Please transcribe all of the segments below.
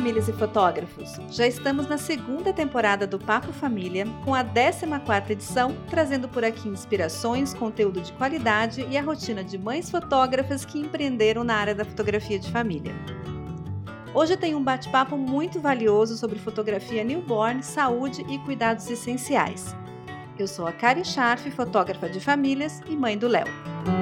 famílias e fotógrafos! Já estamos na segunda temporada do Papo Família, com a 14ª edição, trazendo por aqui inspirações, conteúdo de qualidade e a rotina de mães fotógrafas que empreenderam na área da fotografia de família. Hoje tem um bate-papo muito valioso sobre fotografia newborn, saúde e cuidados essenciais. Eu sou a Karen Scharf, fotógrafa de famílias e mãe do Léo.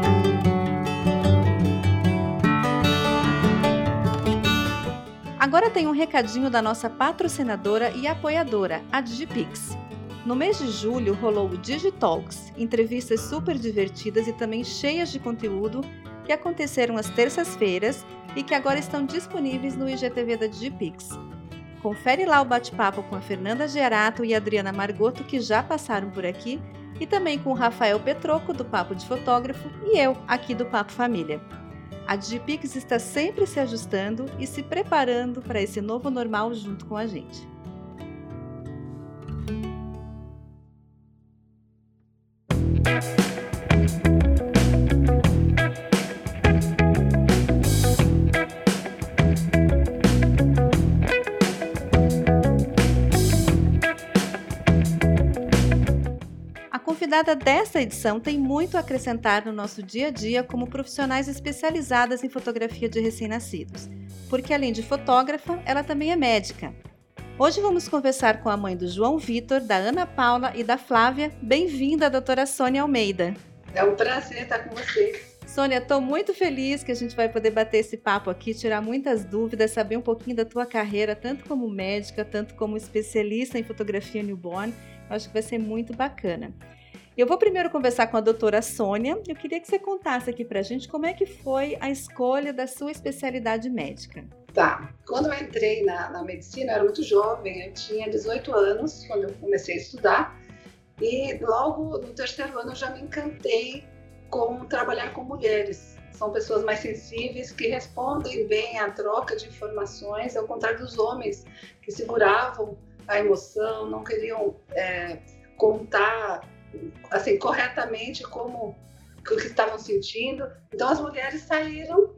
Agora tem um recadinho da nossa patrocinadora e apoiadora, a Digipix. No mês de julho rolou o Digitalks, entrevistas super divertidas e também cheias de conteúdo que aconteceram às terças-feiras e que agora estão disponíveis no IGTV da Digipix. Confere lá o bate-papo com a Fernanda Gerato e a Adriana Margotto, que já passaram por aqui, e também com o Rafael Petrocco, do Papo de Fotógrafo, e eu, aqui do Papo Família. A Digipix está sempre se ajustando e se preparando para esse novo normal junto com a gente. A convidada desta edição tem muito a acrescentar no nosso dia a dia como profissionais especializadas em fotografia de recém-nascidos, porque além de fotógrafa, ela também é médica. Hoje vamos conversar com a mãe do João Vitor, da Ana Paula e da Flávia. Bem-vinda, doutora Sônia Almeida. É um prazer estar com vocês. Sônia, estou muito feliz que a gente vai poder bater esse papo aqui, tirar muitas dúvidas, saber um pouquinho da tua carreira, tanto como médica, tanto como especialista em fotografia newborn. Eu acho que vai ser muito bacana. Eu vou primeiro conversar com a doutora Sônia. Eu queria que você contasse aqui pra gente como é que foi a escolha da sua especialidade médica. Tá, quando eu entrei na medicina, eu era muito jovem, eu tinha 18 anos quando eu comecei a estudar e logo no terceiro ano eu já me encantei com trabalhar com mulheres. São pessoas mais sensíveis, que respondem bem à troca de informações, ao contrário dos homens que seguravam a emoção, não queriam contar assim, corretamente o que estavam sentindo. Então as mulheres saíram,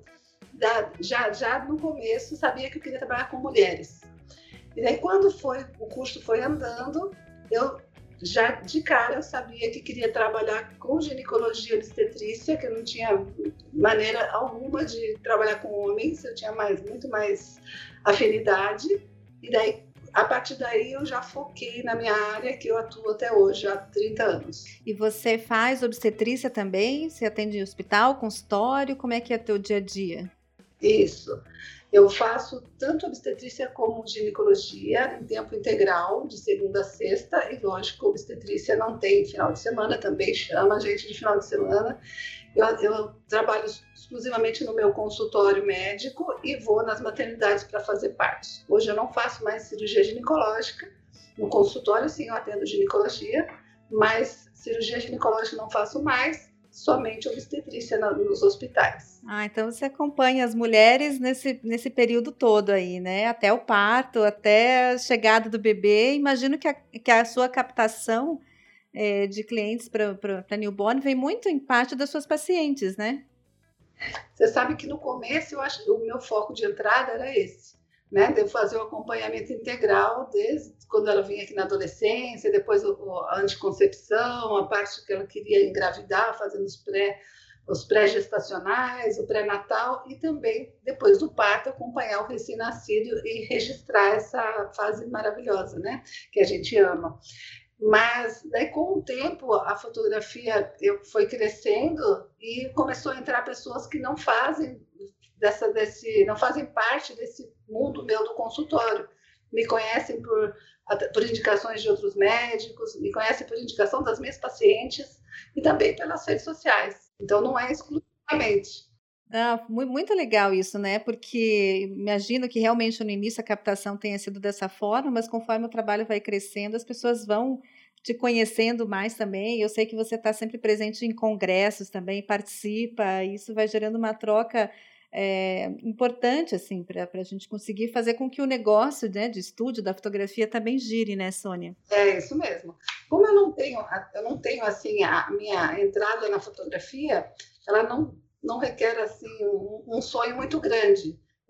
já no começo, sabia que eu queria trabalhar com mulheres. E daí quando o curso foi andando, eu já de cara eu sabia que queria trabalhar com ginecologia e obstetrícia, que eu não tinha maneira alguma de trabalhar com homens, eu tinha muito mais afinidade. E daí, a partir daí, eu já foquei na minha área, que eu atuo até hoje, há 30 anos. E você faz obstetrícia também? Você atende em hospital, consultório? Como é que é teu dia a dia? Isso. Eu faço tanto obstetrícia como ginecologia em tempo integral, de segunda a sexta. E, lógico, obstetrícia não tem final de semana, também chama a gente de final de semana. Eu trabalho exclusivamente no meu consultório médico e vou nas maternidades para fazer partos. Hoje eu não faço mais cirurgia ginecológica. No consultório, sim, eu atendo ginecologia, mas cirurgia ginecológica não faço mais, somente obstetrícia nos hospitais. Ah, então você acompanha as mulheres nesse período todo aí, né? Até o parto, até a chegada do bebê. Imagino que a sua captação de clientes para newborn vem muito em parte das suas pacientes, né? Você sabe que no começo o meu foco de entrada era esse, né? De fazer o acompanhamento integral desde quando ela vinha aqui na adolescência, depois a anticoncepção, a parte que ela queria engravidar, fazendo os pré-gestacionais, o pré-natal e também depois do parto acompanhar o recém-nascido e registrar essa fase maravilhosa, né? Que a gente ama. Mas daí, com o tempo, a fotografia foi crescendo e começou a entrar pessoas que não fazem não fazem parte desse mundo meu do consultório. Me conhecem por indicações de outros médicos, me conhecem por indicação das minhas pacientes e também pelas redes sociais. Então, não é exclusivamente. Ah, muito legal isso, né? Porque imagino que realmente no início a captação tenha sido dessa forma, mas conforme o trabalho vai crescendo, as pessoas vão te conhecendo mais também. Eu sei que você está sempre presente em congressos também, participa, e isso vai gerando uma troca importante, assim, para a gente conseguir fazer com que o negócio, né, de estúdio da fotografia também gire, né, Sônia? É isso mesmo. Como eu não tenho assim, a minha entrada na fotografia, ela não requer assim um sonho muito grande.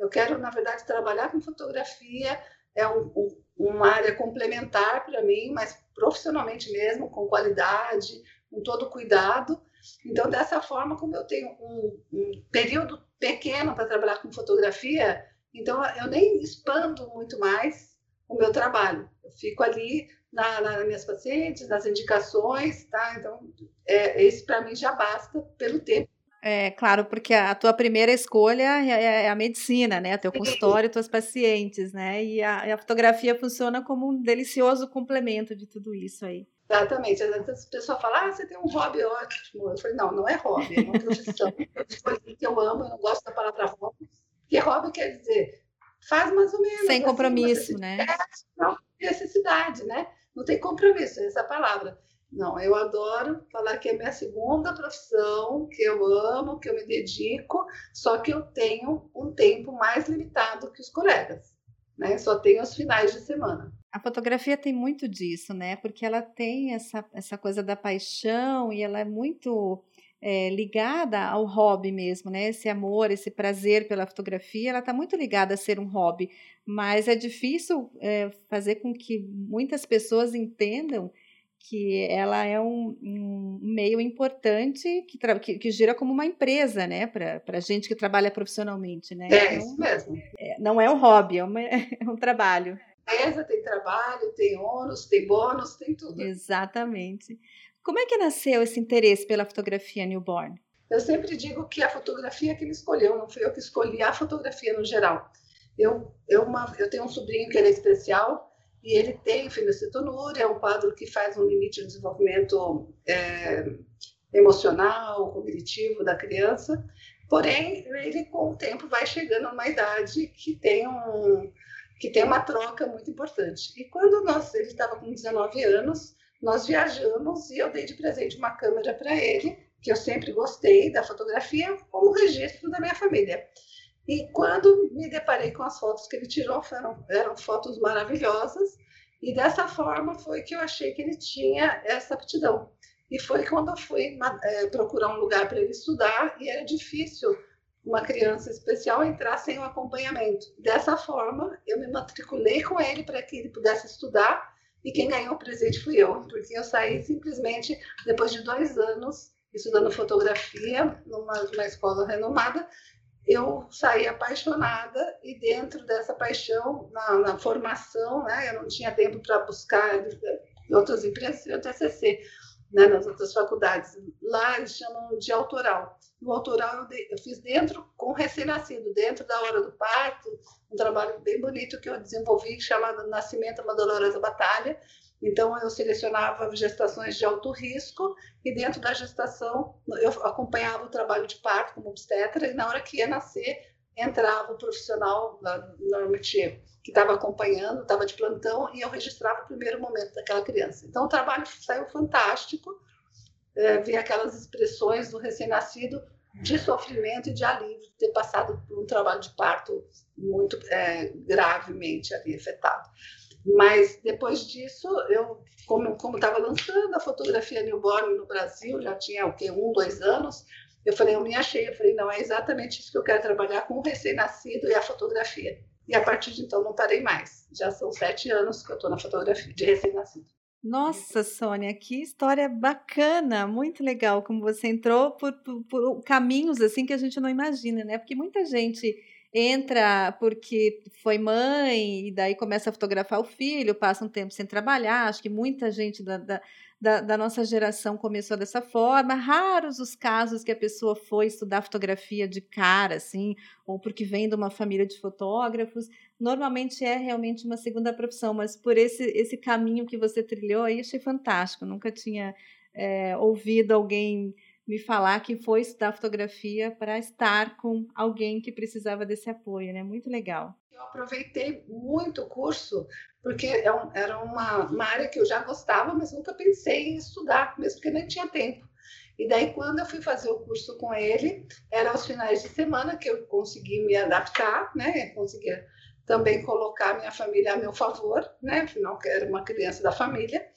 Eu quero, na verdade, trabalhar com fotografia, é uma área complementar para mim, mas profissionalmente mesmo, com qualidade, com todo cuidado. Então, dessa forma, como eu tenho um período pequeno para trabalhar com fotografia, então eu nem expando muito mais o meu trabalho. Eu fico ali nas minhas pacientes, nas indicações, tá? Então, esse para mim já basta pelo tempo. É claro, porque a tua primeira escolha é a medicina, né? Teu consultório, tuas pacientes, né? E a fotografia funciona como um delicioso complemento de tudo isso aí. Exatamente. Às vezes a pessoa fala, você tem um hobby ótimo. Eu falei, não é hobby, é uma profissão. Eu escolhi que eu amo, eu não gosto da palavra hobby, porque hobby quer dizer, faz mais ou menos. Sem compromisso, né? Não tem necessidade, né? Não tem compromisso, essa é a palavra. Não, eu adoro falar que é minha segunda profissão, que eu amo, que eu me dedico, só que eu tenho um tempo mais limitado que os colegas, né? Só tenho os finais de semana. A fotografia tem muito disso, né? Porque ela tem essa coisa da paixão e ela é muito ligada ao hobby mesmo, né? Esse amor, esse prazer pela fotografia, ela está muito ligada a ser um hobby, mas é difícil fazer com que muitas pessoas entendam que ela é um meio importante que gira como uma empresa, né? Para gente que trabalha profissionalmente, né? Então, isso mesmo. Não é um hobby, é um trabalho. Tem trabalho, tem ônus, tem bônus, tem tudo. Exatamente. Como é que nasceu esse interesse pela fotografia newborn? Eu sempre digo que a fotografia que me escolheu, não fui eu que escolhi a fotografia no geral. Eu tenho um sobrinho que ele é especial e ele tem fenilcetonúria, é um quadro que faz um limite de desenvolvimento emocional, cognitivo da criança. Porém, ele com o tempo vai chegando a uma idade que tem uma troca muito importante. E quando ele estava com 19 anos, nós viajamos e eu dei de presente uma câmera para ele, que eu sempre gostei da fotografia, como registro da minha família. E quando me deparei com as fotos que ele tirou, eram fotos maravilhosas, e dessa forma foi que eu achei que ele tinha essa aptidão. E foi quando eu fui procurar um lugar para ele estudar, e era difícil uma criança especial entrar sem um acompanhamento. Dessa forma, eu me matriculei com ele para que ele pudesse estudar, e quem ganhou o presente fui eu, porque eu saí simplesmente depois de 2 anos estudando fotografia numa escola renomada. Eu saí apaixonada e dentro dessa paixão, na formação, né, eu não tinha tempo para buscar outras empresas e o TCC, né, nas outras faculdades. Lá eles chamam de autoral. O autoral eu fiz com recém-nascido, dentro da hora do parto, um trabalho bem bonito que eu desenvolvi, chamado Nascimento uma Dolorosa Batalha. Então, eu selecionava gestações de alto risco e dentro da gestação eu acompanhava o trabalho de parto como obstetra e na hora que ia nascer entrava o profissional, normalmente que estava acompanhando, estava de plantão e eu registrava o primeiro momento daquela criança. Então, o trabalho saiu fantástico, vi aquelas expressões do recém-nascido de sofrimento e de alívio de ter passado por um trabalho de parto muito gravemente ali afetado. Mas depois disso, eu, como estava lançando a fotografia newborn no Brasil, já tinha 1, 2 anos, eu me achei, não, é exatamente isso que eu quero trabalhar com o recém-nascido e a fotografia. E a partir de então não parei mais. Já são 7 anos que eu estou na fotografia de recém-nascido. Nossa, Sônia, que história bacana, muito legal como você entrou por caminhos assim que a gente não imagina, né? Porque muita gente entra porque foi mãe e daí começa a fotografar o filho, passa um tempo sem trabalhar. Acho que muita gente da nossa geração começou dessa forma. Raros os casos que a pessoa foi estudar fotografia de cara, assim, ou porque vem de uma família de fotógrafos. Normalmente é realmente uma segunda profissão, mas por esse caminho que você trilhou aí, achei fantástico. Nunca tinha ouvido alguém me falar que foi estudar fotografia para estar com alguém que precisava desse apoio, né? Muito legal. Eu aproveitei muito o curso, porque era uma área que eu já gostava, mas nunca pensei em estudar, mesmo porque nem tinha tempo. E daí, quando eu fui fazer o curso com ele, era aos finais de semana que eu consegui me adaptar, né? Eu conseguia também colocar minha família a meu favor, né? Afinal, eu era uma criança da família.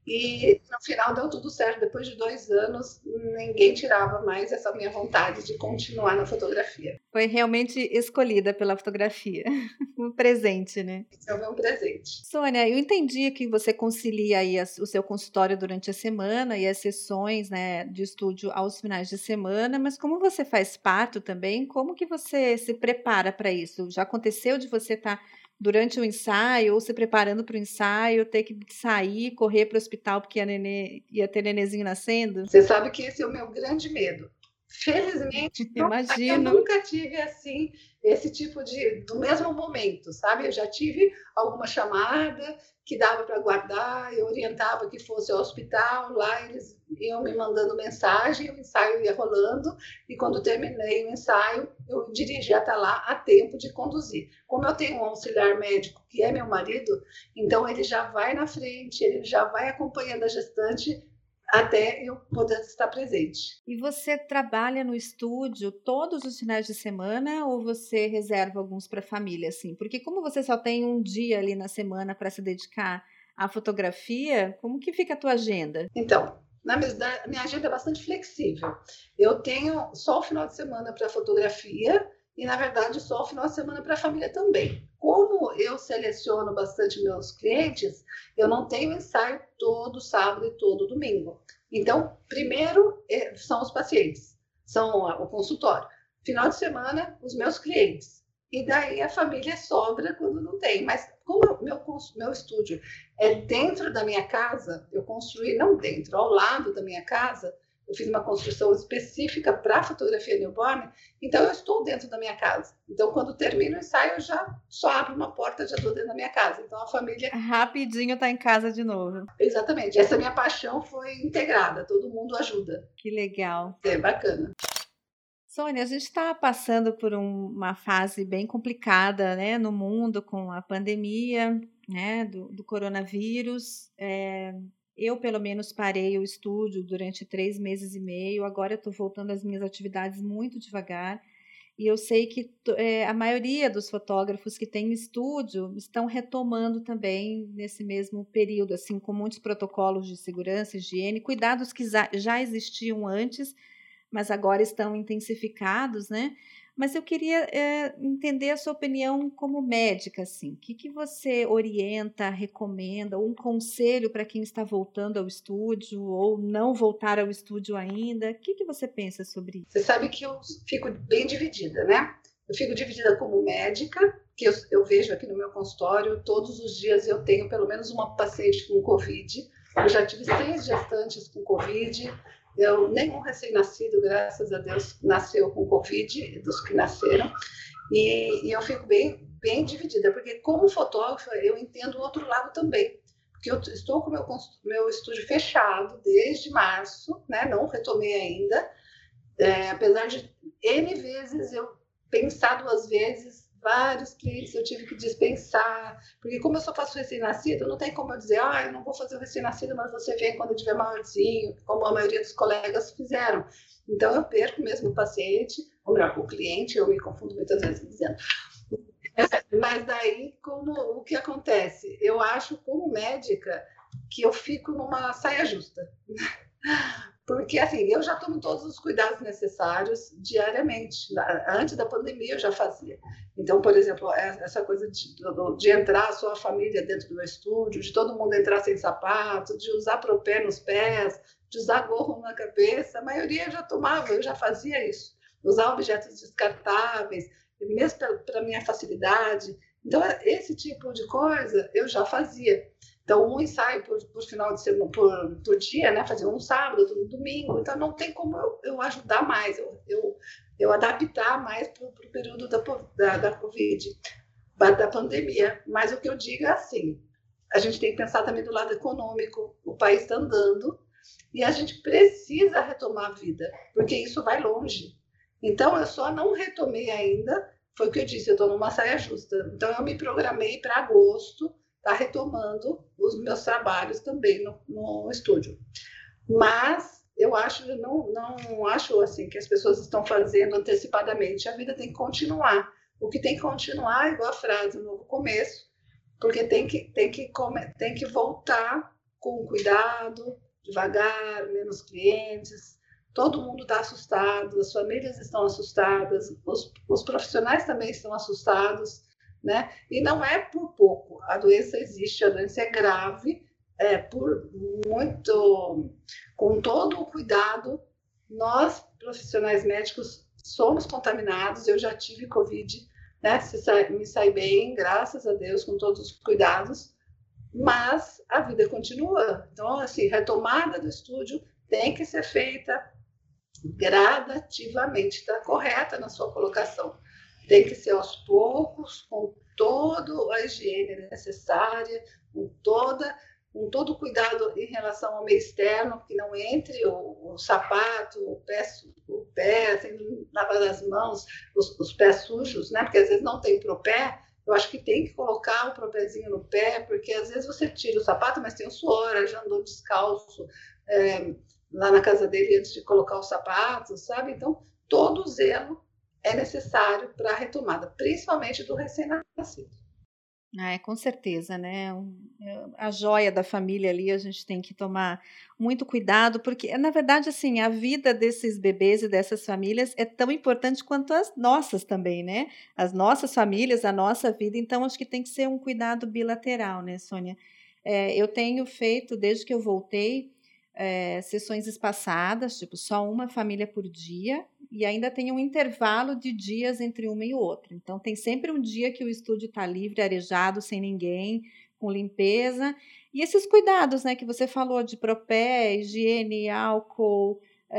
E no final deu tudo certo. Depois de 2 anos, ninguém tirava mais essa minha vontade de continuar na fotografia. Foi realmente escolhida pela fotografia. Um presente, né? Isso é um presente. Sônia, eu entendi que você concilia aí o seu consultório durante a semana e as sessões, né, de estúdio aos finais de semana, mas como você faz parto também, como que você se prepara para isso? Já aconteceu de você estar durante o ensaio ou se preparando para o ensaio, ter que sair, correr para o hospital porque ia ter nenenzinho nascendo? Você sabe que esse é o meu grande medo. Felizmente, eu Imagino. nunca tive assim esse tipo do mesmo momento, sabe? Eu já tive alguma chamada que dava para guardar, eu orientava que fosse ao hospital, lá eles iam me mandando mensagem, o ensaio ia rolando, e quando terminei o ensaio, eu dirigia até lá a tempo de conduzir. Como eu tenho um auxiliar médico, que é meu marido, então ele já vai na frente, ele já vai acompanhando a gestante até eu poder estar presente. E você trabalha no estúdio todos os finais de semana ou você reserva alguns para a família, assim? Porque como você só tem um dia ali na semana para se dedicar à fotografia, como que fica a tua agenda? Então, na verdade, minha agenda é bastante flexível. Eu tenho só o final de semana para fotografia e, na verdade, só o final de semana para a família também. Como eu seleciono bastante meus clientes, eu não tenho ensaio todo sábado e todo domingo. Então, primeiro são os pacientes, são o consultório. Final de semana, os meus clientes. E daí a família sobra quando não tem. Mas como meu estúdio é dentro da minha casa, eu construí, não dentro, ao lado da minha casa, eu fiz uma construção específica para fotografia newborn, então eu estou dentro da minha casa. Então, quando termino o ensaio, eu já só abro uma porta, já estou dentro da minha casa. Então, a família... Rapidinho tá em casa de novo. Exatamente. Essa minha paixão foi integrada, todo mundo ajuda. Que legal. É bacana. Sônia, a gente está passando por uma fase bem complicada, né, no mundo com a pandemia, né, do coronavírus. Eu, pelo menos, parei o estúdio durante 3 meses e meio. Agora eu estou voltando às minhas atividades muito devagar. E eu sei que a maioria dos fotógrafos que têm estúdio estão retomando também nesse mesmo período, assim, com muitos protocolos de segurança, higiene, cuidados que já existiam antes, mas agora estão intensificados, né? Mas eu queria entender a sua opinião como médica, assim. O que você orienta, recomenda, ou um conselho para quem está voltando ao estúdio ou não voltar ao estúdio ainda? O que você pensa sobre isso? Você sabe que eu fico bem dividida, né? Eu fico dividida como médica, que eu vejo aqui no meu consultório, todos os dias eu tenho pelo menos uma paciente com Covid. Eu já tive 6 gestantes com Covid. Nenhum recém-nascido, graças a Deus, nasceu com Covid, dos que nasceram, e eu fico bem, bem dividida, porque como fotógrafa eu entendo o outro lado também, porque eu estou com o meu estúdio fechado desde março, né? Não retomei ainda, apesar de N vezes eu pensar 2 vezes, vários clientes eu tive que dispensar, porque como eu só faço recém-nascido, não tem como eu dizer, eu não vou fazer o recém-nascido, mas você vem quando tiver maiorzinho, como a maioria dos colegas fizeram. Então eu perco mesmo o paciente, ou melhor, o cliente, eu me confundo muitas vezes dizendo. Mas daí, o que acontece? Eu acho, como médica, que eu fico numa saia justa. Porque, assim, eu já tomo todos os cuidados necessários diariamente. Antes da pandemia eu já fazia. Então, por exemplo, essa coisa de entrar a sua família dentro do meu estúdio, de todo mundo entrar sem sapato, de usar propé nos pés, de usar gorro na cabeça, a maioria eu já tomava, eu já fazia isso. Usar objetos descartáveis, mesmo para minha facilidade. Então, esse tipo de coisa eu já fazia. Então, um ensaio por final de semana, por dia, né? Fazer um sábado, outro domingo. Então, não tem como eu ajudar mais, eu adaptar mais para o período da Covid, da pandemia. Mas o que eu digo é assim, a gente tem que pensar também do lado econômico. O país está andando e a gente precisa retomar a vida, porque isso vai longe. Então, eu só não retomei ainda, foi o que eu disse, eu estou numa saia justa. Então, eu me programei para agosto, tá retomando os meus trabalhos também no estúdio. Mas eu não acho assim que as pessoas estão fazendo antecipadamente. A vida tem que continuar. O que tem que continuar é igual a frase, um novo começo, porque tem que voltar com cuidado, devagar, menos clientes. Todo mundo está assustado, as famílias estão assustadas, os profissionais também estão assustados, né? E não é por pouco. A doença existe, a doença é grave, por muito, com todo o cuidado. Nós, profissionais médicos, somos contaminados. Eu já tive Covid, né? Me saí bem, graças a Deus, com todos os cuidados, mas a vida continua. Então, assim, retomada do estúdio tem que ser feita gradativamente, está correta na sua colocação. Tem que ser aos poucos, com toda a higiene necessária, com todo o cuidado em relação ao meio externo, que não entre o sapato, o pé, sem lavar as mãos, os pés sujos, né? Porque às vezes não tem propé. Eu acho que tem que colocar o propézinho no pé, porque às vezes você tira o sapato, mas tem o suor, já andou descalço, lá na casa dele antes de colocar os sapatos, sabe? Então, todo zelo é necessário para a retomada, principalmente do recém-nascido. Com certeza, né? A joia da família ali, a gente tem que tomar muito cuidado, porque, na verdade, assim, a vida desses bebês e dessas famílias é tão importante quanto as nossas também, né? As nossas famílias, a nossa vida, então acho que tem que ser um cuidado bilateral, né, Sônia? Eu tenho feito, desde que eu voltei, sessões espaçadas, tipo só uma família por dia, e ainda tem um intervalo de dias entre uma e outra. Então tem sempre um dia que o estúdio está livre, arejado, sem ninguém, com limpeza. E esses cuidados, né, que você falou de propé, higiene, álcool,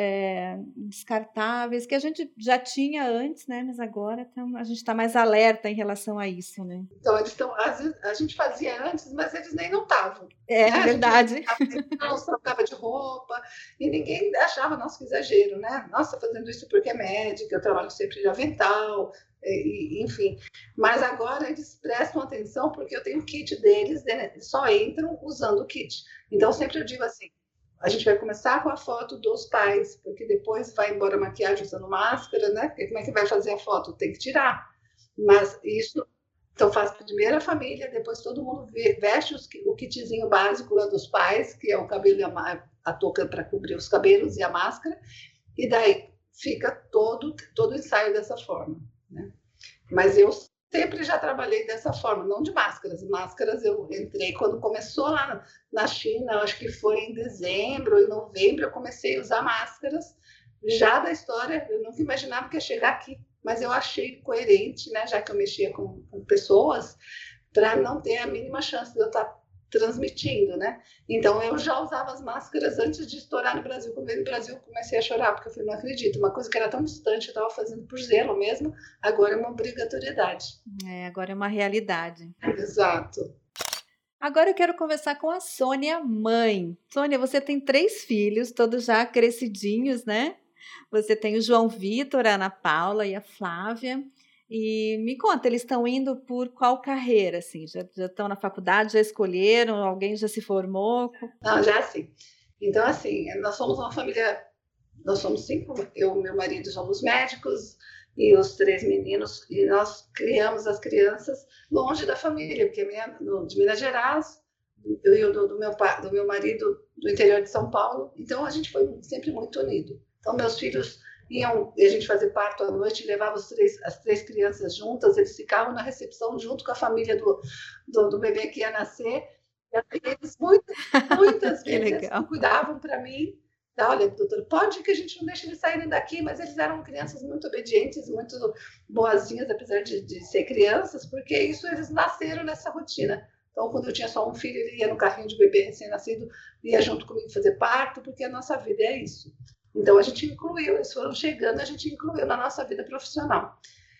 descartáveis, que a gente já tinha antes, né, mas agora a gente está mais alerta em relação a isso, né? Então, eles estão, às vezes, a gente fazia antes, mas eles nem notavam. É, né? Verdade. A gente trocava de roupa, e ninguém achava, nossa, que exagero, né? Nossa, fazendo isso porque é médica, eu trabalho sempre de avental, enfim. Mas agora eles prestam atenção, porque eu tenho o kit deles, né? Eles só entram usando o kit. Então, sempre eu digo assim, a gente vai começar com a foto dos pais, porque depois vai embora a maquiagem usando máscara, né? Porque como é que vai fazer a foto? Tem que tirar. Mas isso, então faz primeiro a família, depois todo mundo veste o kitzinho básico lá dos pais, que é o cabelo e a touca para cobrir os cabelos e a máscara, e daí fica todo o ensaio dessa forma, né? Mas eu sempre já trabalhei dessa forma, não de máscaras. Máscaras eu entrei quando começou lá na China, acho que foi em dezembro, em novembro, eu comecei a usar máscaras. Já da história, eu nunca imaginava que ia chegar aqui, mas eu achei coerente, né, já que eu mexia com pessoas, para não ter a mínima chance de eu estar transmitindo, né? Então, eu já usava as máscaras antes de estourar no Brasil. Quando veio no Brasil, eu comecei a chorar, porque eu falei, não acredito, uma coisa que era tão distante, eu estava fazendo por zelo mesmo, agora é uma obrigatoriedade. Agora é uma realidade. Exato. Agora eu quero conversar com a Sônia, mãe. Sônia, você tem 3 filhos, todos já crescidinhos, né? Você tem o João Vitor, a Ana Paula e a Flávia. E me conta, eles estão indo por qual carreira, assim? Já estão na faculdade, já escolheram, alguém já se formou? Não, já sim. Então, assim, nós somos uma família, nós somos 5, eu e meu marido somos médicos, e os 3 meninos, e nós criamos as crianças longe da família, porque de Minas Gerais, eu e do meu marido do interior de São Paulo, então a gente foi sempre muito unido. Então, meus filhos iam, a gente fazia parto à noite, levava as 3 crianças juntas, eles ficavam na recepção junto com a família do bebê que ia nascer. E eles muitas vezes cuidavam para mim. Olha, doutor, pode que a gente não deixe eles saírem daqui, mas eles eram crianças muito obedientes, muito boazinhas, apesar de ser crianças, porque isso eles nasceram nessa rotina. Então, quando eu tinha só um filho, ele ia no carrinho de bebê recém-nascido, ia junto comigo fazer parto, porque a nossa vida é isso. Então, a gente incluiu, eles foram chegando, a gente incluiu na nossa vida profissional.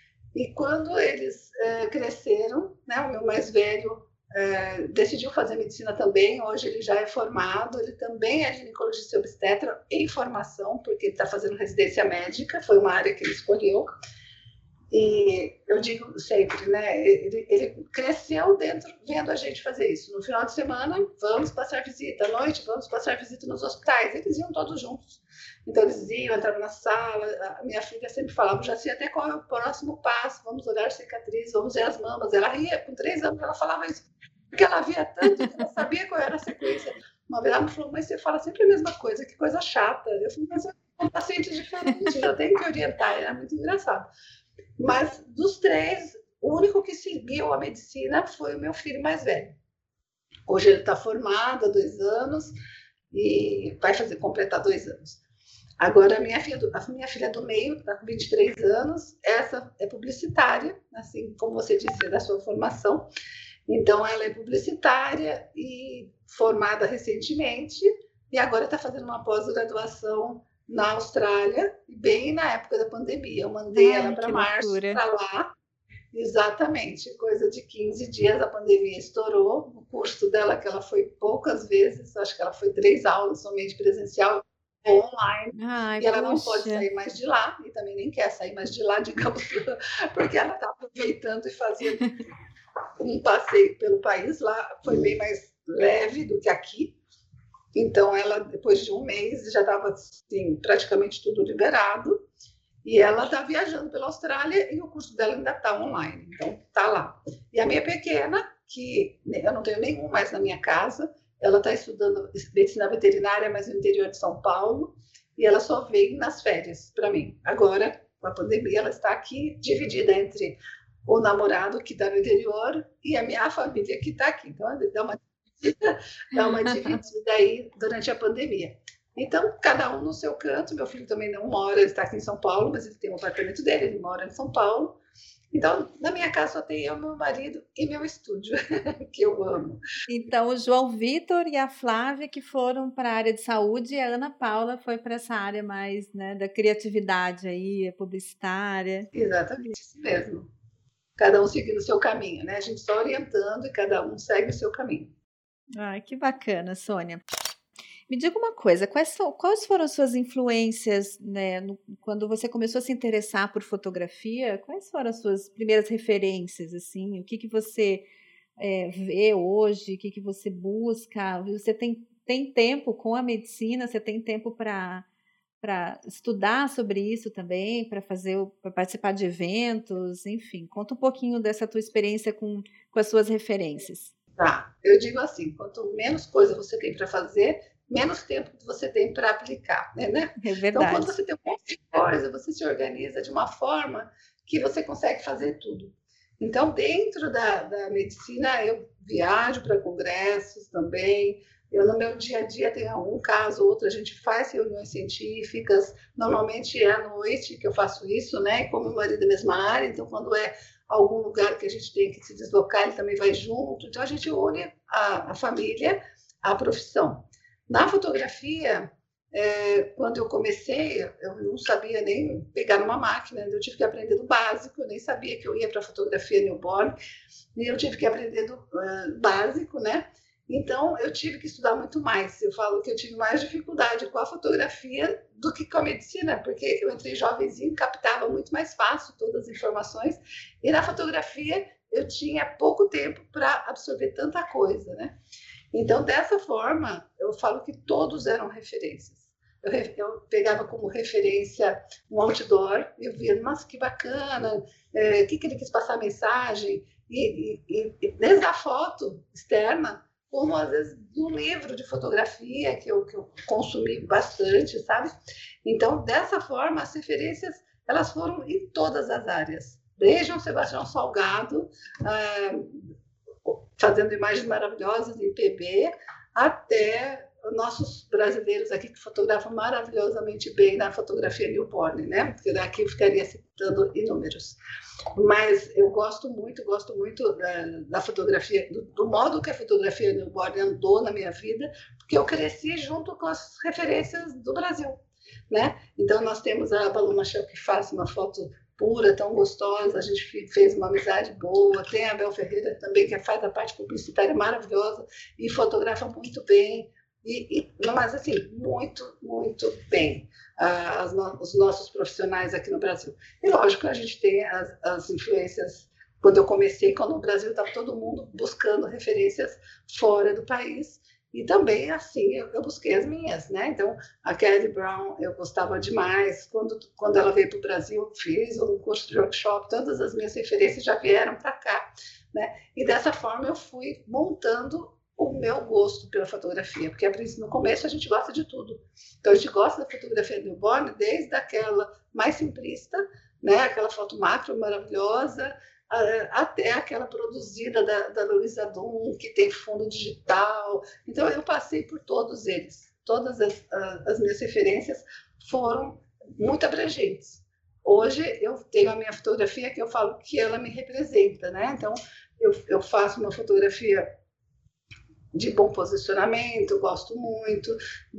E quando eles cresceram, né, o meu mais velho decidiu fazer medicina também, hoje ele já é formado, ele também é ginecologista e obstetra em formação, porque ele está fazendo residência médica, foi uma área que ele escolheu. E eu digo sempre, né, ele cresceu vendo a gente fazer isso. No final de semana, vamos passar visita, à noite, vamos passar visita nos hospitais. Eles iam todos juntos. Então, eles iam, entravam na sala. A minha filha sempre falava, já sei até qual é o próximo passo, vamos olhar cicatriz, vamos ver as mamas. Ela ria, com 3 anos ela falava isso, porque ela via tanto que ela sabia qual era a sequência Uma vez ela me falou, mas você fala sempre a mesma coisa, que coisa chata. Eu falei, mas eu sou um paciente diferente, eu tenho que orientar. Era muito engraçado. Mas dos três, o único que seguiu a medicina foi o meu filho mais velho. Hoje ele está formado há 2 anos e vai completar 2 anos. Agora, a minha filha do meio, está com 23 anos, essa é publicitária, assim como você disse, da sua formação. Então, ela é publicitária e formada recentemente, e agora está fazendo uma pós-graduação na Austrália, bem na época da pandemia. Eu mandei ela para março, para lá. Exatamente, coisa de 15 dias a pandemia estourou. O curso dela, que ela foi poucas vezes, acho que ela foi 3 aulas somente presencial, online. E ela não pode sair mais de lá, e também nem quer sair mais de lá, digamos, porque ela está aproveitando e fazendo um passeio pelo país. Lá foi bem mais leve do que aqui. Então, ela, depois de 1 mês, já estava assim, praticamente tudo liberado. E ela está viajando pela Austrália e o curso dela ainda está online. Então, está lá. E a minha pequena, que eu não tenho nenhum mais na minha casa, ela está estudando medicina veterinária, mas no interior de São Paulo, e ela só vem nas férias para mim. Agora, com a pandemia, ela está aqui dividida entre o namorado, que está no interior, e a minha família, que está aqui. Então, dá uma dividida aí durante a pandemia. Então, cada um no seu canto. Meu filho também não mora, ele está aqui em São Paulo, mas ele tem um apartamento dele, ele mora em São Paulo. Então, na minha casa só tem eu, meu marido e meu estúdio, que eu amo. Então, o João Vitor e a Flávia que foram para a área de saúde, e a Ana Paula foi para essa área mais, né, da criatividade aí, publicitária. Exatamente, isso mesmo. Cada um seguindo o seu caminho, né? A gente só orientando e cada um segue o seu caminho. Ai, que bacana, Sônia. Me diga uma coisa, quais foram as suas influências, né, quando você começou a se interessar por fotografia? Quais foram as suas primeiras referências, assim? O que você vê hoje? O que você busca? Você tem tempo com a medicina? Você tem tempo para estudar sobre isso também, para participar de eventos? Enfim, conta um pouquinho dessa tua experiência com as suas referências. Tá, eu digo assim, quanto menos coisa você tem para fazer, menos tempo que você tem para aplicar, né? É verdade. Então, quando você tem um monte de coisa, você se organiza de uma forma que você consegue fazer tudo. Então, dentro da medicina, eu viajo para congressos também. Eu, no meu dia a dia, tenho um caso ou outro, a gente faz reuniões científicas. Normalmente é à noite que eu faço isso, né? Como meu marido é da mesma área, então, quando é algum lugar que a gente tem que se deslocar, ele também vai junto. Então, a gente une a família à profissão. Na fotografia, quando eu comecei, eu não sabia nem pegar numa máquina, eu tive que aprender do básico, eu nem sabia que eu ia para fotografia newborn, e eu tive que aprender do básico, né? Então, eu tive que estudar muito mais. Eu falo que eu tive mais dificuldade com a fotografia do que com a medicina, porque eu entrei jovenzinho, captava muito mais fácil todas as informações, e na fotografia eu tinha pouco tempo para absorver tanta coisa, né? Então, dessa forma, eu falo que todos eram referências. Eu pegava como referência um outdoor, eu via, nossa, que bacana, o que ele quis passar a mensagem, e desde a foto externa, como às vezes do livro de fotografia, que eu consumi bastante, sabe? Então, dessa forma, as referências, elas foram em todas as áreas, desde um Sebastião Salgado, fazendo imagens maravilhosas em PB, até nossos brasileiros aqui que fotografam maravilhosamente bem na fotografia newborn, né? Porque daqui eu ficaria citando inúmeros. Mas eu gosto muito da fotografia, do modo que a fotografia newborn andou na minha vida, porque eu cresci junto com as referências do Brasil, né? Então, nós temos a Paloma Shell, que faz uma foto pura, tão gostosa, a gente fez uma amizade boa. Tem a Bel Ferreira também, que faz a parte publicitária maravilhosa e fotografa muito bem, mas assim, muito, muito bem, os nossos profissionais aqui no Brasil. E lógico, a gente tem as influências. Quando eu comecei, quando no Brasil estava todo mundo buscando referências fora do país, e também, assim, eu busquei as minhas, né? Então, a Kelly Brown, eu gostava demais. Quando ela veio para o Brasil, fiz um curso de workshop, todas as minhas referências já vieram para cá, né? E dessa forma eu fui montando o meu gosto pela fotografia, porque no começo a gente gosta de tudo. Então a gente gosta da fotografia newborn desde aquela mais simplista, né, aquela foto macro maravilhosa, até aquela produzida da Luísa Dum, que tem fundo digital. Então eu passei por todos eles. Todas as minhas referências foram muito abrangentes. Hoje eu tenho a minha fotografia que eu falo que ela me representa, né? Então eu faço uma fotografia de bom posicionamento, eu gosto muito,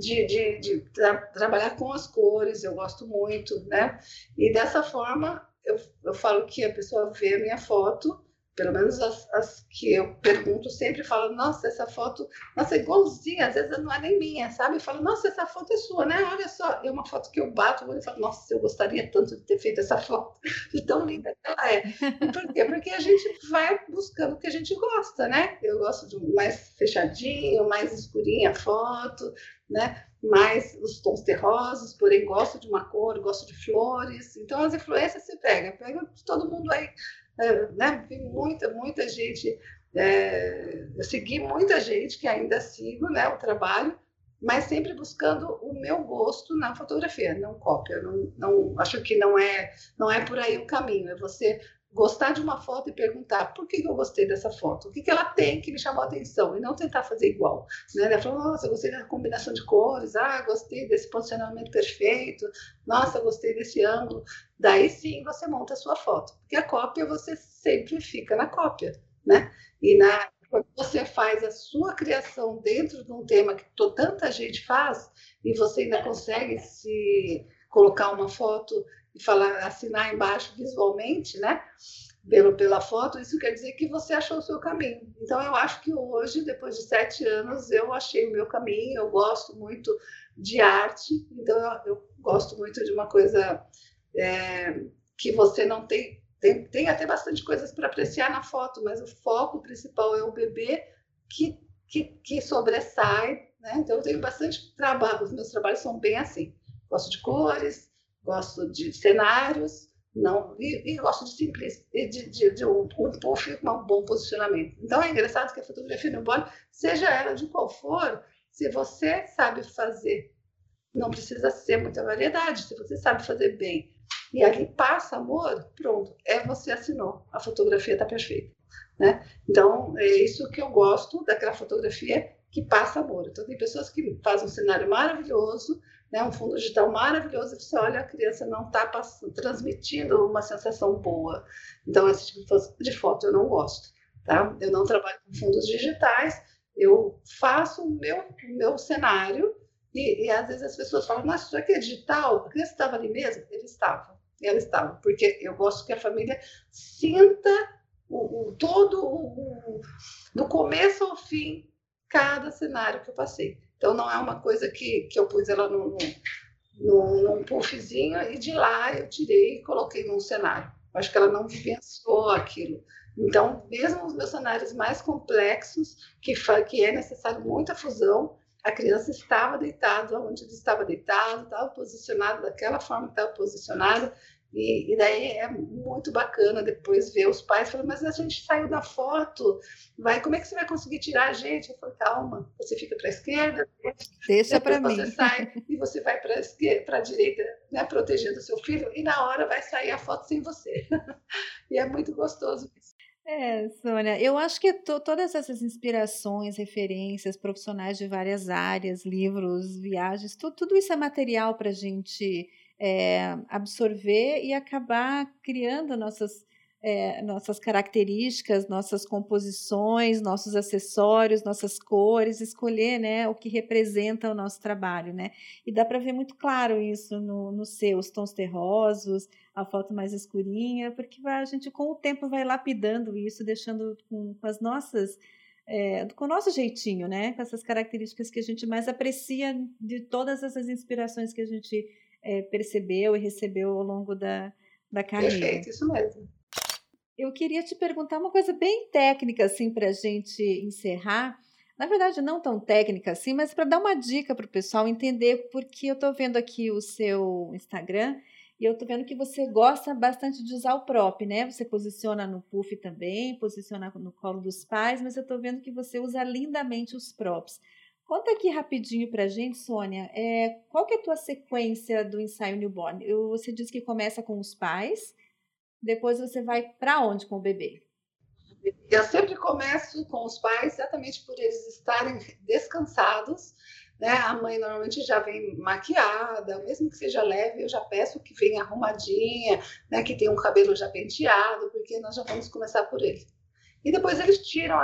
de trabalhar com as cores, eu gosto muito, né? E dessa forma, eu falo que a pessoa vê a minha foto, pelo menos as que eu pergunto sempre, falo, nossa, essa foto, nossa, é igualzinha, às vezes não é nem minha, sabe? Eu falo, nossa, essa foto é sua, né? Olha só, é uma foto que eu bato o olho e falo, nossa, eu gostaria tanto de ter feito essa foto, de tão linda que ela é. Por quê? Porque a gente vai buscando o que a gente gosta, né? Eu gosto de mais fechadinho, mais escurinha a foto, né? Mais os tons terrosos, porém gosto de uma cor, gosto de flores. Então as influências se pega de todo mundo aí, né? Vi muita gente, eu segui muita gente que ainda sigo, né? O trabalho, mas sempre buscando o meu gosto na fotografia, não cópia. Não acho que não é por aí o caminho. É você gostar de uma foto e perguntar por que eu gostei dessa foto, o que ela tem que me chamou a atenção, e não tentar fazer igual, né? Ela falou, nossa, eu gostei da combinação de cores, gostei desse posicionamento perfeito, nossa, gostei desse ângulo. Daí sim você monta a sua foto, porque a cópia você sempre fica na cópia, né? E quando você faz a sua criação dentro de um tema que tanta gente faz, e você ainda consegue se colocar uma foto e assinar embaixo visualmente, né? Pela foto, isso quer dizer que você achou o seu caminho. Então, eu acho que hoje, depois de 7 anos, eu achei o meu caminho. Eu gosto muito de arte, então eu gosto muito de uma coisa que você não tem até bastante coisas para apreciar na foto, mas o foco principal é o bebê que sobressai, né? Então, eu tenho bastante trabalho, os meus trabalhos são bem assim. Gosto de cores, gosto de cenários, e gosto de simples, de um puff e um bom posicionamento. Então é engraçado que a fotografia newborn, seja ela de qual for, se você sabe fazer, não precisa ser muita variedade, se você sabe fazer bem, e ali passa amor, pronto, você assinou, a fotografia está perfeita, né? Então é isso que eu gosto daquela fotografia que passa amor. Então tem pessoas que fazem um cenário maravilhoso, né, um fundo digital maravilhoso, e você olha, a criança não está transmitindo uma sensação boa. Então, esse tipo de foto eu não gosto. Tá? Eu não trabalho com fundos digitais, eu faço o meu cenário, e às vezes as pessoas falam, mas isso aqui é digital? A criança estava ali mesmo? Ela estava, porque eu gosto que a família sinta do começo ao fim, cada cenário que eu passei. Então, não é uma coisa que eu pus ela num puffzinho e de lá eu tirei e coloquei num cenário. Eu acho que ela não vivenciou aquilo. Então, mesmo os meus cenários mais complexos, que é necessário muita fusão, a criança estava deitada onde ele estava deitado, estava posicionado daquela forma que estava posicionado. E daí é muito bacana depois ver os pais falando, mas a gente saiu da foto, como é que você vai conseguir tirar a gente? Eu falo, calma, você fica para a esquerda, deixa para mim. Você sai e você vai para a direita, né, protegendo o seu filho, e na hora vai sair a foto sem você. E é muito gostoso isso. Sônia, eu acho que todas essas inspirações, referências, profissionais de várias áreas, livros, viagens, tudo isso é material para a gente absorver e acabar criando nossas características, nossas composições, nossos acessórios, nossas cores, escolher, né, o que representa o nosso trabalho, né? E dá para ver muito claro isso no seu, os tons terrosos, a foto mais escurinha, porque a gente com o tempo vai lapidando isso, deixando com as nossas, com o nosso jeitinho, né? Com essas características que a gente mais aprecia de todas essas inspirações que a gente percebeu e recebeu ao longo da carreira. Perfeito, isso mesmo. Eu queria te perguntar uma coisa bem técnica, assim, para a gente encerrar. Na verdade, não tão técnica assim, mas para dar uma dica para o pessoal entender, porque eu estou vendo aqui o seu Instagram E eu tô vendo que você gosta bastante de usar o prop, né? Você posiciona no puff também, posiciona no colo dos pais, mas eu tô vendo que você usa lindamente os props. Conta aqui rapidinho pra gente, Sônia, qual que é a tua sequência do ensaio newborn? Você disse que começa com os pais, depois você vai para onde com o bebê? Eu sempre começo com os pais, exatamente por eles estarem descansados, né? A mãe normalmente já vem maquiada, mesmo que seja leve, eu já peço que venha arrumadinha, né? Que tenha um cabelo já penteado, porque nós já vamos começar por ele. E depois eles tiram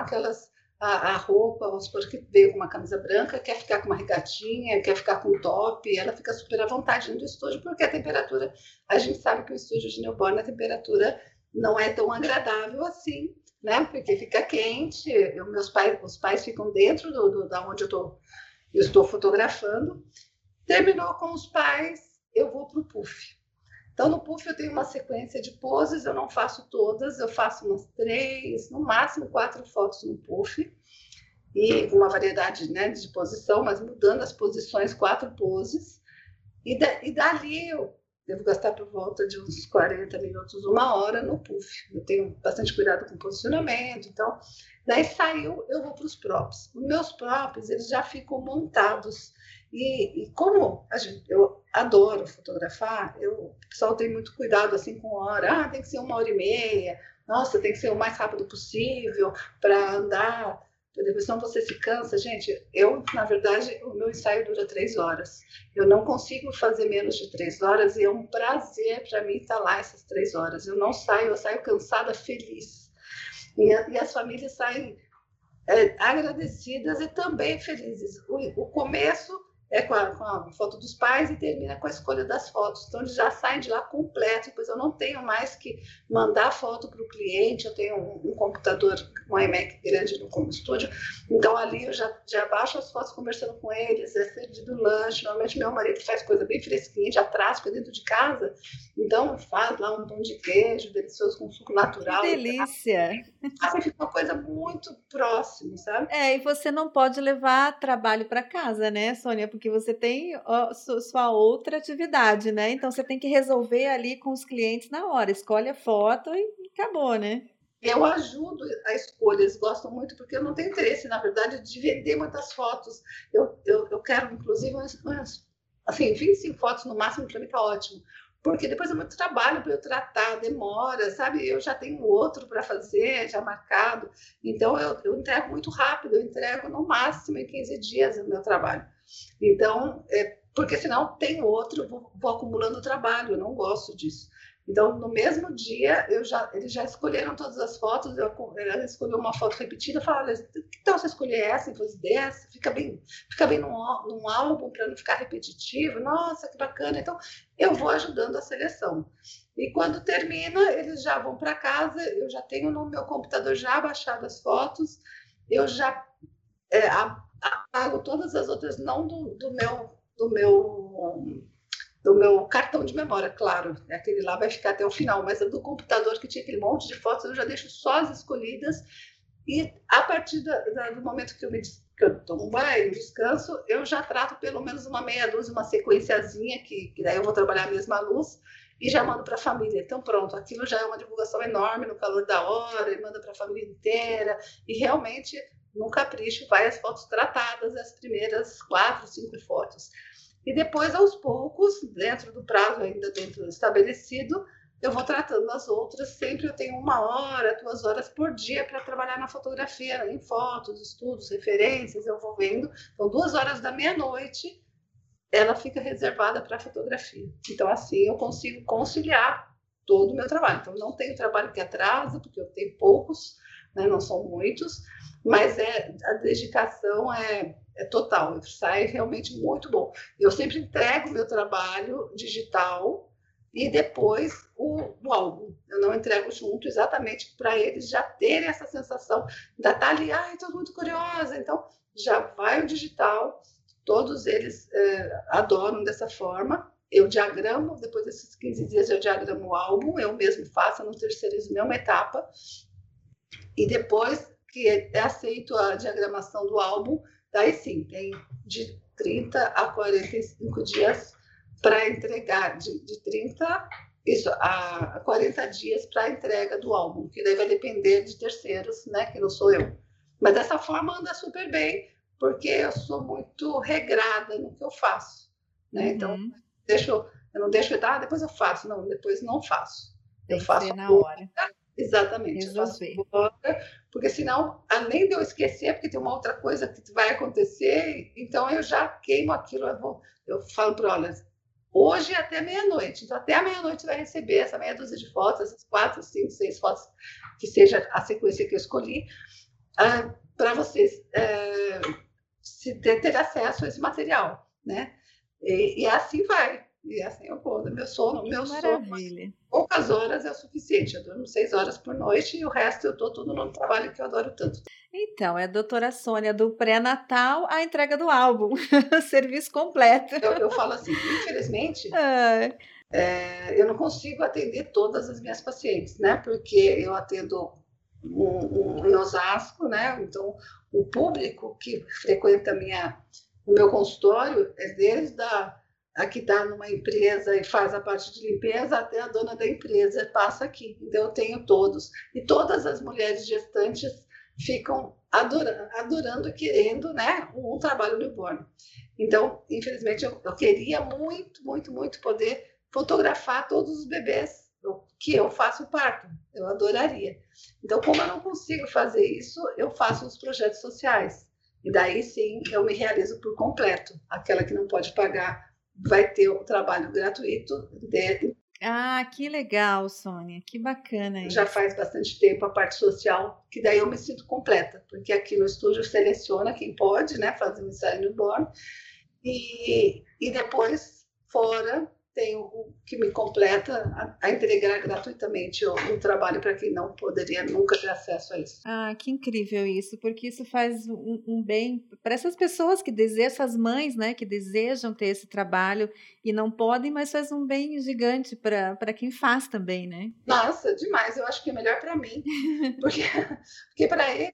a roupa, vamos supor que veio com uma camisa branca, quer ficar com uma regatinha, quer ficar com um top, ela fica super à vontade dentro do estúdio, porque a temperatura, a gente sabe que o estúdio de newborn, a temperatura não é tão agradável assim, né? Porque fica quente, os pais ficam dentro da onde eu estou fotografando. Terminou com os pais, eu vou para o puff. Então, no puff eu tenho uma sequência de poses, eu não faço todas, eu faço umas 3, no máximo 4 fotos no puff, e uma variedade, né, de posição, mas mudando as posições, 4 poses, e dali eu devo gastar por volta de uns 40 minutos, 1 hora no puff. Eu tenho bastante cuidado com o posicionamento, então, daí saiu, eu vou para os props. Os meus props, eles já ficam montados, e como eu adoro fotografar, o pessoal tem muito cuidado assim com hora. Tem que ser 1 hora e meia. Nossa, tem que ser o mais rápido possível para andar. Depois senão você se cansa. Gente, na verdade, o meu ensaio dura 3 horas. Eu não consigo fazer menos de 3 horas e é um prazer para mim estar lá essas 3 horas. Eu saio cansada, feliz. E as famílias saem agradecidas e também felizes. O começo com a foto dos pais e termina com a escolha das fotos. Então, eles já saem de lá completo, depois eu não tenho mais que mandar foto para o cliente, eu tenho um computador, um iMac grande no estúdio, então ali eu já baixo as fotos conversando com eles, é servido lanche, normalmente meu marido faz coisa bem fresquinha, já traz para dentro de casa, então faz lá um pão de queijo delicioso com suco natural. Que delícia! Assim fica uma coisa muito próxima, sabe? E você não pode levar trabalho para casa, né, Sônia? Porque você tem sua outra atividade, né? Então você tem que resolver ali com os clientes na hora. Escolhe a foto e acabou, né? Eu ajudo a escolha, eles gostam muito, porque eu não tenho interesse, na verdade, de vender muitas fotos. Eu quero, inclusive, assim, 25 fotos no máximo, para mim tá ótimo. Porque depois é muito trabalho para eu tratar, demora, sabe? Eu já tenho outro para fazer, já marcado. Então, eu entrego muito rápido, eu entrego no máximo em 15 dias o meu trabalho. Então, porque senão tem outro, vou acumulando trabalho, eu não gosto disso. Então, no mesmo dia, eles já escolheram todas as fotos, ela escolheu uma foto repetida, eu falei, que tal você escolher essa em vez dessa? Fica bem num álbum para não ficar repetitivo. Nossa, que bacana. Então, eu vou ajudando a seleção. E quando termina, eles já vão para casa, eu já tenho no meu computador já baixado as fotos, eu já apago todas as outras, não do meu cartão de memória, claro, aquele lá vai ficar até o final, mas do computador que tinha aquele monte de fotos, eu já deixo só as escolhidas, e a partir do momento que eu tomo um banho, descanso, eu já trato pelo menos uma meia dúzia, uma sequenciazinha, que daí eu vou trabalhar a mesma luz, e já mando para a família. Então, pronto, aquilo já é uma divulgação enorme no calor da hora, e manda para a família inteira, e realmente, num capricho, vai as fotos tratadas, as primeiras 4, 5 fotos. E depois, aos poucos, dentro do prazo ainda dentro do estabelecido, eu vou tratando as outras. Sempre eu tenho 1 hora, 2 horas por dia para trabalhar na fotografia, em fotos, estudos, referências, eu vou vendo. Então, 2 horas da meia-noite, ela fica reservada para a fotografia. Então, assim, eu consigo conciliar todo o meu trabalho. Então, não tenho trabalho que atrasa, porque eu tenho poucos, né, não são muitos, mas a dedicação é total, sai realmente muito bom. Eu sempre entrego o meu trabalho digital e depois o álbum. Eu não entrego junto, exatamente para eles já terem essa sensação de estar ali, estou muito curiosa. Então, já vai o digital, todos eles adoram dessa forma. Eu diagramo, depois desses 15 dias eu diagramo o álbum, eu mesmo faço, eu não terceirizo nenhuma etapa. E depois que é aceito a diagramação do álbum, daí sim, tem de 30 a 45 dias para entregar de 30 a 40 dias para a entrega do álbum, que daí vai depender de terceiros, né, que não sou eu. Mas dessa forma anda super bem, porque eu sou muito regrada no que eu faço, né? Então, eu não deixo, depois eu faço. Não, depois não faço. Tem eu faço que ser na hora. Exatamente, eu faço agora, porque senão, além de eu esquecer, porque tem uma outra coisa que vai acontecer, então eu já queimo aquilo, eu falo para ela, hoje até meia-noite, então até a meia-noite vai receber essa meia dúzia de fotos, essas 4, 5, 6 fotos, que seja a sequência que eu escolhi, para vocês ter acesso a esse material, né? E assim vai. E assim eu vou. Meu sono, poucas horas é o suficiente. Eu durmo 6 horas por noite e o resto eu estou tudo no trabalho que eu adoro tanto. Então, é a doutora Sônia, do pré-natal à entrega do álbum. Serviço completo. Eu falo assim, infelizmente, eu não consigo atender todas as minhas pacientes, né? Porque eu atendo em Osasco, né? Então, o público que frequenta o meu consultório é desde a que está numa empresa e faz a parte de limpeza, até a dona da empresa passa aqui. Então, eu tenho todos. E todas as mulheres gestantes ficam adorando e querendo, né, um trabalho newborn. Então, infelizmente, eu queria muito, muito, muito poder fotografar todos os bebês que eu faço parto. Eu adoraria. Então, como eu não consigo fazer isso, eu faço os projetos sociais. E daí, sim, eu me realizo por completo. Aquela que não pode pagar vai ter o trabalho gratuito dele. Ah, que legal, Sônia, que bacana isso. Já faz bastante tempo a parte social, que daí eu me sinto completa, porque aqui no estúdio seleciona quem pode, né, fazer um ensaio newborn, e depois, fora, tem o que me completa a entregar gratuitamente o trabalho para quem não poderia nunca ter acesso a isso. Ah, que incrível isso, porque isso faz um bem para essas pessoas que desejam, essas mães, né, que desejam ter esse trabalho e não podem, mas faz um bem gigante para quem faz também, né? Nossa, demais, eu acho que é melhor para mim, porque para eles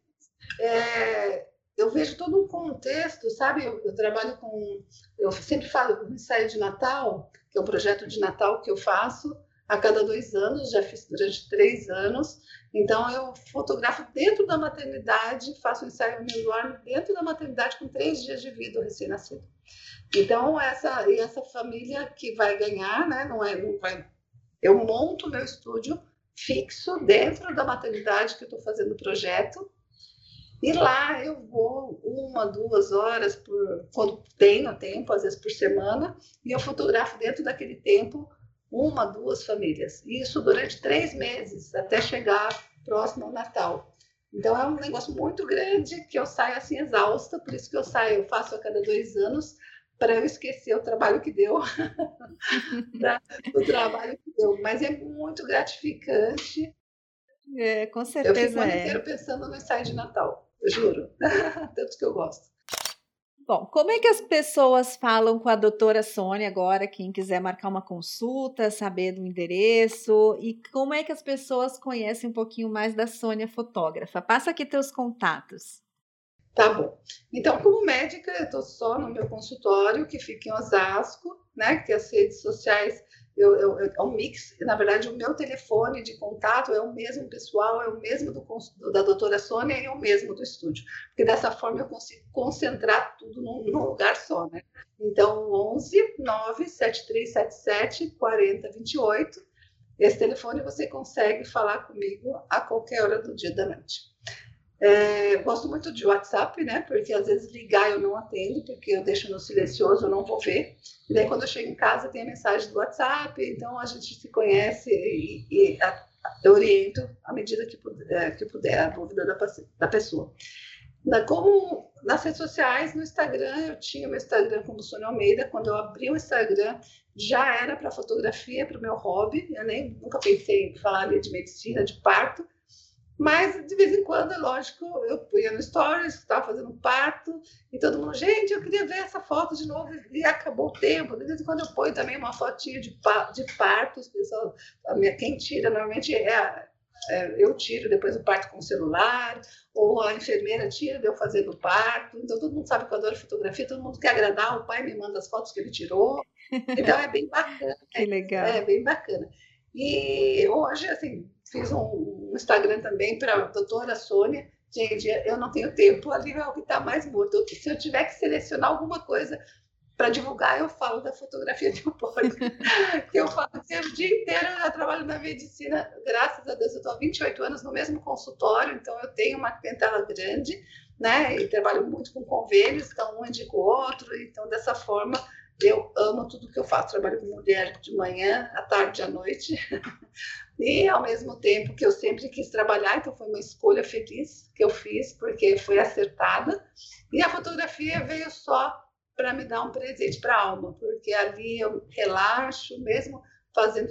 eu vejo todo um contexto, sabe? Eu trabalho eu sempre falo, o ensaio de Natal, que é um projeto de Natal que eu faço a cada 2 anos, já fiz durante 3 anos. Então, eu fotografo dentro da maternidade, faço um ensaio newborn dentro da maternidade com 3 dias de vida, o recém-nascido. Então, essa família que vai ganhar, né? Eu monto meu estúdio fixo dentro da maternidade que eu estou fazendo o projeto. E lá eu vou 1, 2 horas, quando tenho tempo, às vezes por semana, e eu fotografo dentro daquele tempo 1, 2 famílias. E isso durante 3 meses, até chegar próximo ao Natal. Então é um negócio muito grande que eu saio assim exausta, por isso que eu faço a cada 2 anos, para eu esquecer o trabalho que deu, o trabalho que deu. Mas é muito gratificante. Com certeza. Eu fico o ano inteiro pensando no ensaio de Natal. Eu juro, tanto que eu gosto. Bom, como é que as pessoas falam com a doutora Sônia agora, quem quiser marcar uma consulta, saber do endereço, e como é que as pessoas conhecem um pouquinho mais da Sônia fotógrafa? Passa aqui teus contatos. Tá bom. Então, como médica, eu estou só no meu consultório, que fica em Osasco, né? Que as redes sociais é um mix. Na verdade, o meu telefone de contato é o mesmo pessoal, é o mesmo da doutora Sônia e é o mesmo do estúdio. Porque dessa forma eu consigo concentrar tudo num lugar só, né? Então, 11 97377 4028. Esse telefone você consegue falar comigo a qualquer hora do dia e da noite. Gosto muito de WhatsApp, né? Porque às vezes ligar eu não atendo, porque eu deixo no silencioso, eu não vou ver. E daí quando eu chego em casa tem a mensagem do WhatsApp, então a gente se conhece e eu oriento à medida que puder a dúvida da pessoa. Como nas redes sociais, no Instagram, eu tinha meu Instagram como Sônia Almeida. Quando eu abri o Instagram, já era para fotografia, para o meu hobby. Eu nunca pensei em falar ali de medicina, de parto. Mas, de vez em quando, é lógico, eu punha no Stories, estava fazendo um parto, e todo mundo, gente, eu queria ver essa foto de novo, e acabou o tempo. De vez em quando eu ponho também uma fotinha de partos, pessoal, quem tira normalmente é eu tiro, depois eu parto com o celular, ou a enfermeira tira, eu fazendo o parto. Então, todo mundo sabe que eu adoro fotografia, todo mundo quer agradar, o pai me manda as fotos que ele tirou. Então, é bem bacana. Que legal. É bem bacana. E hoje, assim, fiz um Instagram também para a doutora Sônia. Gente, eu não tenho tempo, ali é o que está mais morto. Se eu tiver que selecionar alguma coisa para divulgar, eu falo da fotografia de porco. Eu falo que o dia inteiro eu trabalho na medicina, graças a Deus, eu estou há 28 anos no mesmo consultório, então eu tenho uma clientela grande, né? E trabalho muito com convênios, então um indica o outro, então dessa forma eu amo tudo que eu faço. Trabalho com mulher de manhã, à tarde, à noite. E, ao mesmo tempo que eu sempre quis trabalhar, então foi uma escolha feliz que eu fiz, porque foi acertada. E a fotografia veio só para me dar um presente para a alma, porque ali eu relaxo, mesmo fazendo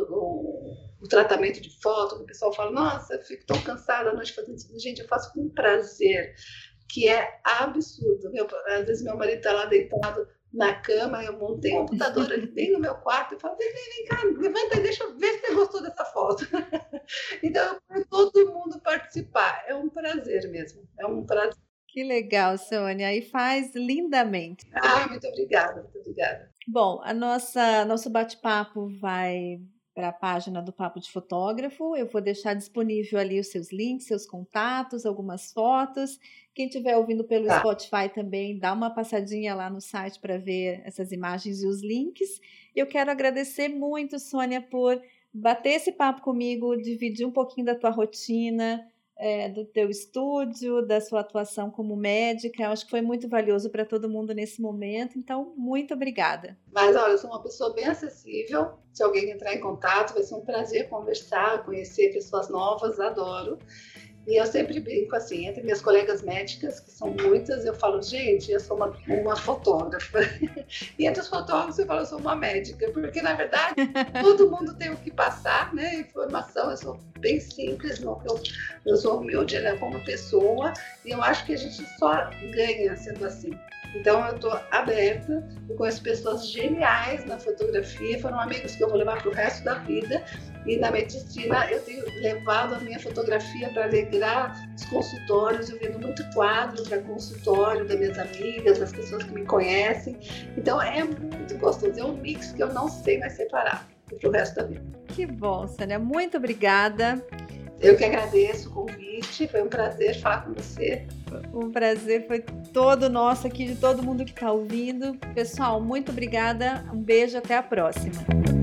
o tratamento de foto, que o pessoal fala, nossa, eu fico tão cansada à noite fazendo isso. Gente, eu faço com prazer, que é absurdo. Às vezes meu marido está lá deitado na cama, eu montei um computador ali bem no meu quarto e falo, vem cá, levanta aí, deixa eu ver se você gostou dessa foto. Então, eu quero todo mundo participar. É um prazer mesmo, é um prazer. Que legal, Sônia, e faz lindamente. Muito obrigada, muito obrigada. Bom, nosso bate-papo vai para a página do Papo de Fotógrafo. Eu vou deixar disponível ali os seus links, seus contatos, algumas fotos. Quem estiver ouvindo pelo Spotify também, dá uma passadinha lá no site para ver essas imagens e os links. Eu quero agradecer muito, Sônia, por bater esse papo comigo, dividir um pouquinho da tua rotina, do teu estúdio, da sua atuação como médica. Eu acho que foi muito valioso para todo mundo nesse momento, então muito obrigada. Mas olha, eu sou uma pessoa bem acessível, se alguém entrar em contato, vai ser um prazer conversar, conhecer pessoas novas, adoro. E eu sempre brinco assim, entre minhas colegas médicas, que são muitas, eu falo, gente, eu sou uma fotógrafa. E entre os fotógrafos eu falo, eu sou uma médica, porque na verdade todo mundo tem o que passar, né? Informação, eu sou bem simples, eu sou humilde, né, como pessoa, e eu acho que a gente só ganha sendo assim. Então eu estou aberta, eu conheço pessoas geniais na fotografia, foram amigos que eu vou levar para o resto da vida. E na medicina eu tenho levado a minha fotografia para alegrar os consultórios, eu vendo muito quadro para consultório das minhas amigas, das pessoas que me conhecem. Então é muito gostoso, é um mix que eu não sei mais separar para o resto da vida. Que bom, Sônia, muito obrigada. Eu que agradeço o convite, foi um prazer falar com você. Um prazer foi todo nosso aqui, de todo mundo que está ouvindo. Pessoal, muito obrigada, um beijo, até a próxima.